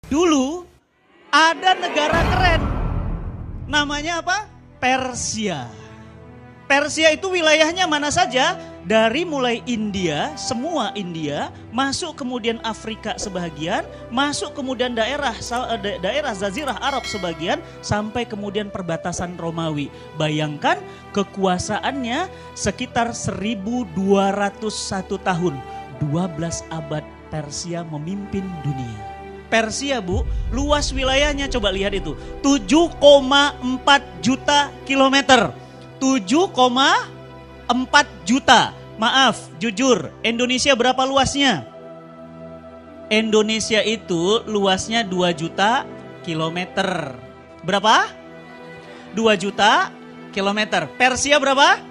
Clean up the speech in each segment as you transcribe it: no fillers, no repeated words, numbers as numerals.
Dulu ada negara keren. Namanya apa? Persia. Persia itu wilayahnya mana saja? Dari mulai India, semua India, masuk kemudian Afrika sebagian, masuk kemudian daerah Jazirah Arab sebagian, sampai kemudian perbatasan Romawi. Bayangkan kekuasaannya sekitar 1201 tahun, 12 abad Persia memimpin dunia. Persia Bu, luas wilayahnya coba lihat itu, 7,4 juta kilometer. 7,4 juta. Maaf, jujur, Indonesia berapa luasnya? Indonesia itu luasnya 2 juta kilometer. Berapa? 2 juta kilometer. Persia berapa?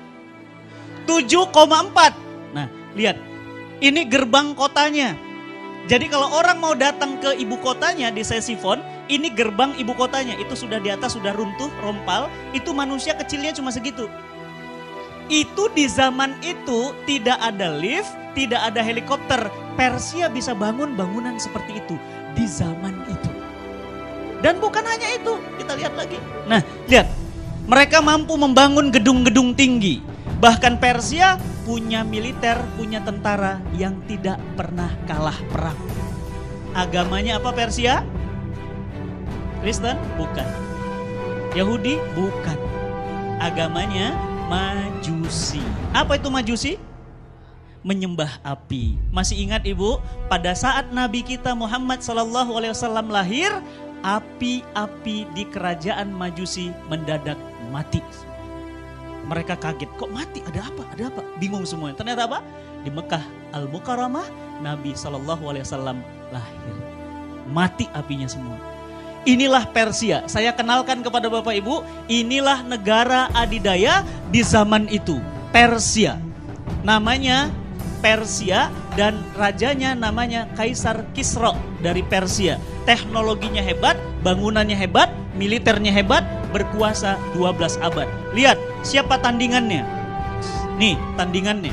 7,4. Nah, lihat. Ini gerbang kotanya. Jadi kalau orang mau datang ke ibu kotanya di Ctesiphon, ini gerbang ibu kotanya. Itu sudah di atas, sudah runtuh, rompal. Itu manusia kecilnya cuma segitu. Itu di zaman itu tidak ada lift, tidak ada helikopter. Persia bisa bangun bangunan seperti itu di zaman itu. Dan bukan hanya itu, kita lihat lagi. Nah, lihat. Mereka mampu membangun gedung-gedung tinggi. Bahkan Persia punya militer, punya tentara yang tidak pernah kalah perang. Agamanya apa Persia? Kristen? Bukan. Yahudi? Bukan. Agamanya Majusi. Apa itu Majusi? Menyembah api. Masih ingat Ibu? Pada saat Nabi kita Muhammad SAW lahir, api-api di kerajaan Majusi mendadak mati. Mereka kaget, kok mati? Ada apa? Ada apa? Bingung semuanya. Ternyata apa? Di Mekah Al-Mukarramah, Nabi SAW lahir. Mati apinya semua. Inilah Persia. Saya kenalkan kepada Bapak Ibu, inilah negara adidaya di zaman itu. Persia. Namanya Persia dan rajanya namanya Kaisar Kisra dari Persia. Teknologinya hebat, bangunannya hebat, militernya hebat, berkuasa 12 abad. Lihat, siapa tandingannya? Nih, tandingannya.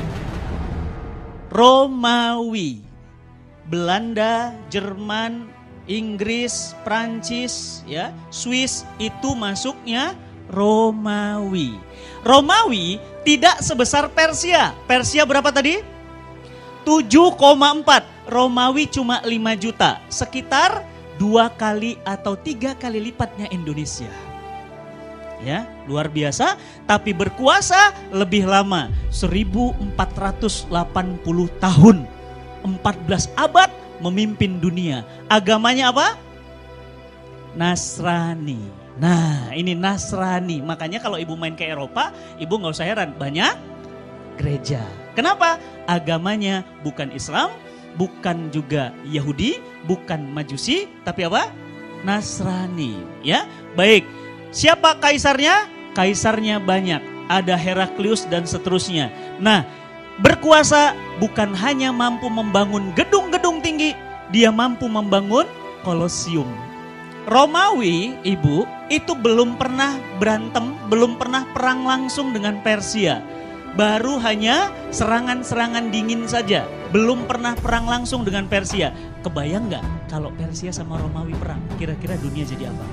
Romawi, Belanda, Jerman, Inggris, Prancis, ya, Swiss, itu masuknya Romawi. Romawi tidak sebesar Persia. Persia berapa tadi? 7,4. Romawi cuma 5 juta. Sekitar 2 kali atau 3 kali lipatnya Indonesia. Ya, luar biasa, tapi berkuasa lebih lama, 1480 tahun. 14 abad memimpin dunia. Agamanya apa? Nasrani. Nah, ini Nasrani. Makanya kalau ibu main ke Eropa, ibu gak usah heran, banyak gereja. Kenapa? Agamanya bukan Islam, bukan juga Yahudi, bukan Majusi, tapi apa? Nasrani. Ya, baik. Siapa kaisarnya? Kaisarnya banyak. Ada Heraklius dan seterusnya. Nah, berkuasa bukan hanya mampu membangun gedung-gedung tinggi, dia mampu membangun Kolosium. Romawi, Ibu, itu belum pernah berantem, belum pernah perang langsung dengan Persia. Baru hanya serangan-serangan dingin saja, belum pernah perang langsung dengan Persia. Kebayang nggak kalau Persia sama Romawi perang? Kira-kira dunia jadi apa?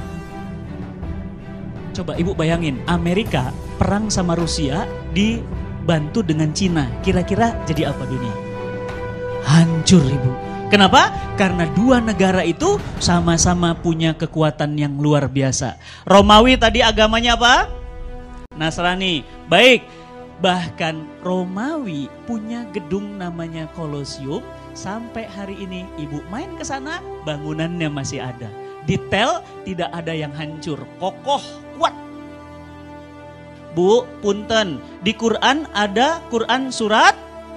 Coba Ibu bayangin, Amerika perang sama Rusia dibantu dengan Cina. Kira-kira jadi apa dunia? Hancur Ibu. Kenapa? Karena dua negara itu sama-sama punya kekuatan yang luar biasa. Romawi tadi agamanya apa? Nasrani. Baik, bahkan Romawi punya gedung namanya Kolosium. Sampai hari ini Ibu main ke sana, bangunannya masih ada. Detail tidak ada yang hancur, kokoh, kuat. Bu, punten, di Quran ada Quran surat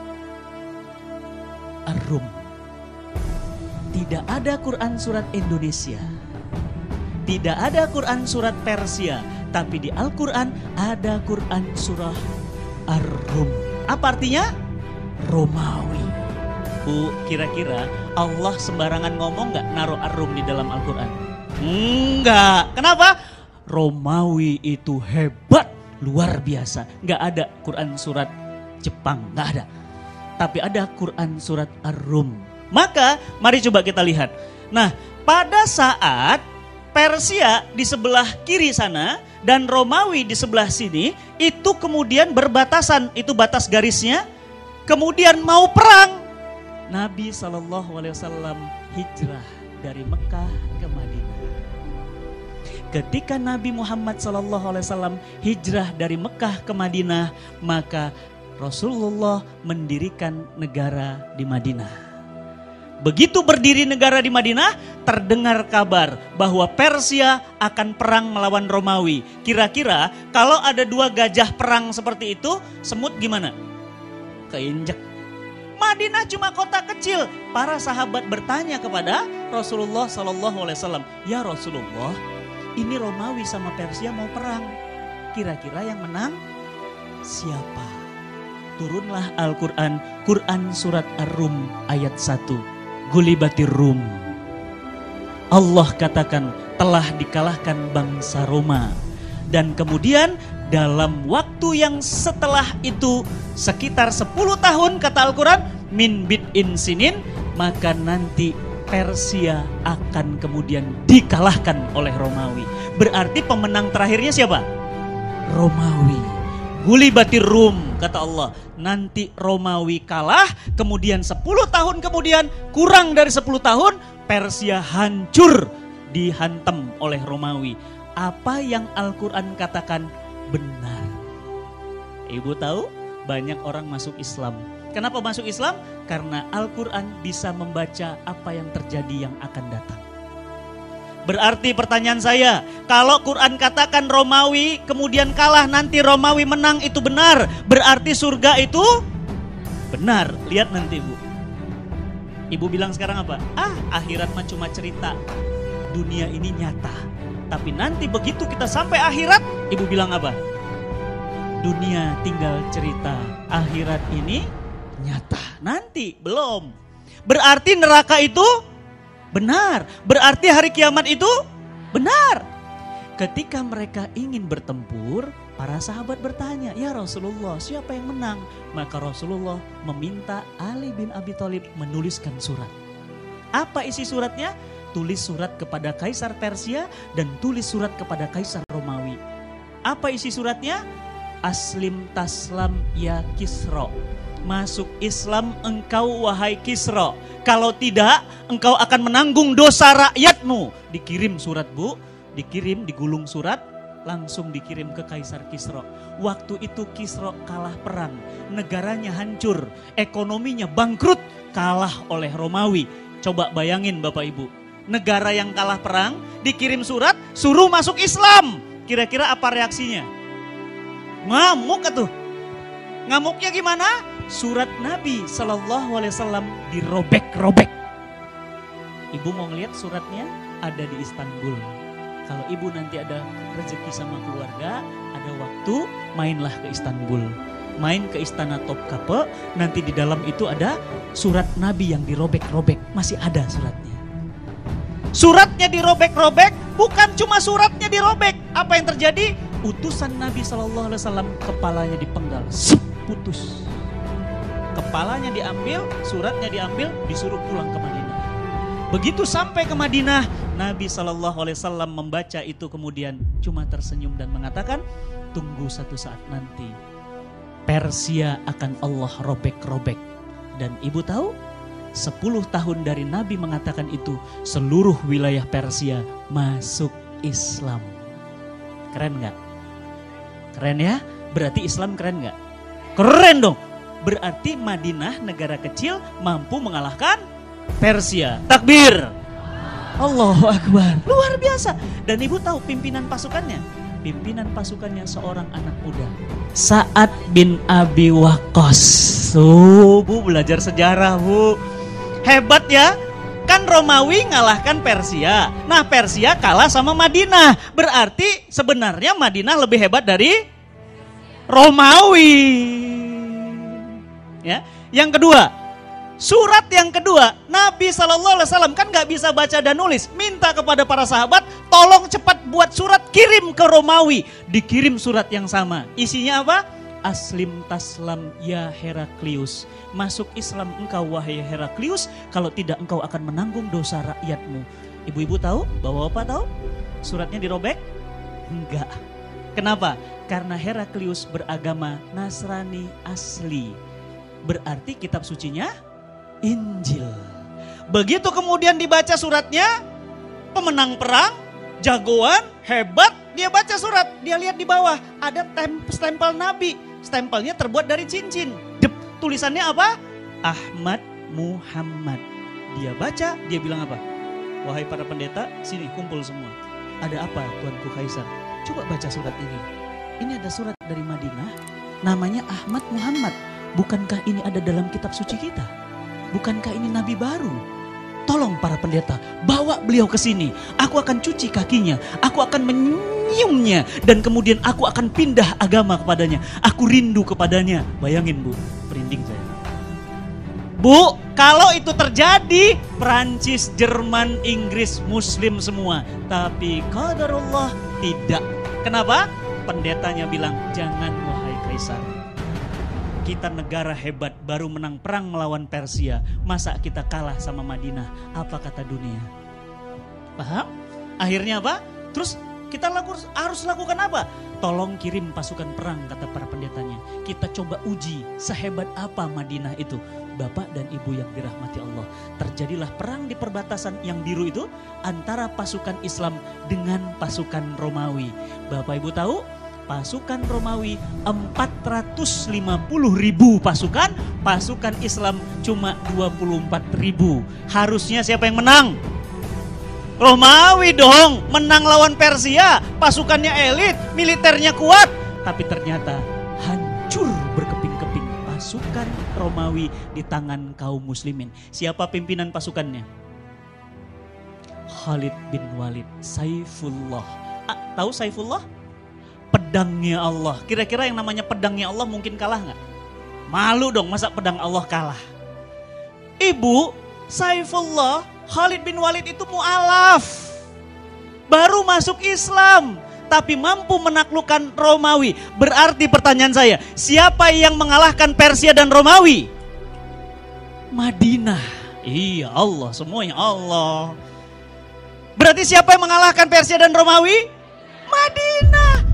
Ar-Rum. Tidak ada Quran surat Indonesia. Tidak ada Quran surat Persia. Tapi di Al-Quran ada Quran surah Ar-Rum. Apa artinya? Romawi. Bu, kira-kira Allah sembarangan ngomong gak naruh Ar-Rum di dalam Al-Quran? Enggak. Kenapa? Romawi itu hebat, luar biasa. Gak ada Quran surat Jepang, gak ada. Tapi ada Quran surat Ar-Rum. Maka mari coba kita lihat. Nah, pada saat Persia di sebelah kiri sana dan Romawi di sebelah sini, itu kemudian berbatasan, itu batas garisnya. Kemudian mau perang, Nabi SAW hijrah dari Mekah ke Madinah. Ketika Nabi Muhammad SAW hijrah dari Mekah ke Madinah, maka Rasulullah mendirikan negara di Madinah. Begitu berdiri negara di Madinah, terdengar kabar bahwa Persia akan perang melawan Romawi. Kira-kira kalau ada dua gajah perang seperti itu, semut gimana? Keinjek. Madinah cuma kota kecil. Para sahabat bertanya kepada Rasulullah SAW, ya Rasulullah, ini Romawi sama Persia mau perang. Kira-kira yang menang siapa? Turunlah Al-Quran, Quran surat Ar-Rum ayat 1. Gulibatir Rum. Allah katakan telah dikalahkan bangsa Roma. Dan kemudian dalam waktu yang setelah itu sekitar 10 tahun kata Al-Quran, min bid'in sinin, maka nanti Persia akan kemudian dikalahkan oleh Romawi. Berarti pemenang terakhirnya siapa? Romawi. Gulibatir Rum, kata Allah. Nanti Romawi kalah, kemudian 10 tahun kemudian, kurang dari 10 tahun, Persia hancur, dihantam oleh Romawi. Apa yang Al-Quran katakan benar. Ibu tahu banyak orang masuk Islam. Kenapa masuk Islam? Karena Al-Quran bisa membaca apa yang terjadi yang akan datang. Berarti pertanyaan saya, kalau Quran katakan Romawi kemudian kalah, nanti Romawi menang, itu benar. Berarti surga itu benar. Lihat nanti Bu. Ibu bilang sekarang apa? Akhirat mah cuma cerita. Dunia ini nyata. Tapi nanti begitu kita sampai akhirat, Ibu bilang apa? Dunia tinggal cerita. Akhirat ini nyata. Nanti belum. Berarti neraka itu benar. Berarti hari kiamat itu benar. Ketika mereka ingin bertempur, para sahabat bertanya, ya Rasulullah, siapa yang menang? Maka Rasulullah meminta Ali bin Abi Thalib menuliskan surat. Apa isi suratnya? Tulis surat kepada Kaisar Persia dan tulis surat kepada Kaisar Romawi. Apa isi suratnya? Aslim taslam ya Kisra. Masuk Islam engkau wahai Kisra. Kalau tidak engkau akan menanggung dosa rakyatmu. Dikirim surat Bu, dikirim, digulung surat, langsung dikirim ke Kaisar Kisra. Waktu itu Kisra kalah perang, negaranya hancur, ekonominya bangkrut, kalah oleh Romawi. Coba bayangin Bapak Ibu, negara yang kalah perang, dikirim surat, suruh masuk Islam. Kira-kira apa reaksinya? Ngamuk atuh. Ngamuknya gimana? Surat Nabi SAW dirobek-robek. Ibu mau ngeliat suratnya? Ada di Istanbul. Kalau ibu nanti ada rezeki sama keluarga, ada waktu, mainlah ke Istanbul. Main ke Istana Topkapi, nanti di dalam itu ada surat Nabi yang dirobek-robek. Masih ada suratnya. Suratnya dirobek-robek, bukan cuma suratnya dirobek. Apa yang terjadi? Utusan Nabi SAW kepalanya dipenggal, putus. Kepalanya diambil, suratnya diambil, disuruh pulang ke Madinah. Begitu sampai ke Madinah, Nabi SAW membaca itu kemudian cuma tersenyum dan mengatakan, tunggu satu saat nanti Persia akan Allah robek-robek. Dan ibu tahu, 10 tahun dari Nabi mengatakan itu, seluruh wilayah Persia masuk Islam. Keren gak? Keren ya? Berarti Islam keren gak? Keren dong. Berarti Madinah negara kecil mampu mengalahkan Persia. Takbir. Allahu Akbar. Luar biasa. Dan ibu tahu pimpinan pasukannya? Pimpinan pasukannya seorang anak muda, Sa'ad bin Abi Waqqas. Bu belajar sejarah Bu. Hebat ya. Kan Romawi ngalahkan Persia. Nah Persia kalah sama Madinah. Berarti sebenarnya Madinah lebih hebat dari Romawi. Ya, yang kedua, surat yang kedua, Nabi SAW kan gak bisa baca dan nulis, minta kepada para sahabat, tolong cepat buat surat, kirim ke Romawi. Dikirim surat yang sama, isinya apa? Aslim taslam ya Heraklius. Masuk Islam engkau wahai Heraklius, kalau tidak engkau akan menanggung dosa rakyatmu. Ibu-ibu tahu? Bapak-bapak tahu? Suratnya dirobek? Enggak. Kenapa? Karena Heraklius beragama Nasrani asli. Berarti kitab sucinya Injil. Begitu kemudian dibaca suratnya, pemenang perang, jagoan, hebat, dia baca surat. Dia lihat di bawah, ada stempel Nabi. Stempelnya terbuat dari cincin. Tulisannya apa? Ahmad Muhammad. Dia baca, dia bilang apa? Wahai para pendeta, sini kumpul semua. Ada apa Tuanku Kaisar? Coba baca surat ini. Ini ada surat dari Madinah, namanya Ahmad Muhammad. Bukankah ini ada dalam kitab suci kita? Bukankah ini nabi baru? Tolong para pendeta, bawa beliau ke sini. Aku akan cuci kakinya, aku akan menyiumnya, dan kemudian aku akan pindah agama kepadanya. Aku rindu kepadanya. Bayangin Bu, merinding saya. Bu, kalau itu terjadi, Prancis, Jerman, Inggris, Muslim semua. Tapi qadarullah tidak. Kenapa? Pendetanya bilang, jangan wahai Kaisar. Kita negara hebat, baru menang perang melawan Persia. Masa kita kalah sama Madinah? Apa kata dunia? Paham? Akhirnya apa? Terus kita harus lakukan apa? Tolong kirim pasukan perang, kata para pendetanya. Kita coba uji sehebat apa Madinah itu. Bapak dan Ibu yang dirahmati Allah, terjadilah perang di perbatasan yang biru itu antara pasukan Islam dengan pasukan Romawi. Bapak Ibu tahu, pasukan Romawi 450.000 pasukan, pasukan Islam cuma 24.000. Harusnya siapa yang menang? Romawi dong, menang lawan Persia, pasukannya elit, militernya kuat. Tapi ternyata hancur berkeping-keping pasukan Romawi di tangan kaum muslimin. Siapa pimpinan pasukannya? Khalid bin Walid, Saifullah. Tahu Saifullah? Pedangnya Allah. Kira-kira yang namanya pedangnya Allah mungkin kalah nggak? Malu dong, masa pedang Allah kalah? Ibu, Saifullah, Khalid bin Walid itu mu'alaf. Baru masuk Islam, tapi mampu menaklukkan Romawi. Berarti pertanyaan saya, siapa yang mengalahkan Persia dan Romawi? Madinah. Iya, Allah, semuanya Allah. Berarti siapa yang mengalahkan Persia dan Romawi? Madinah.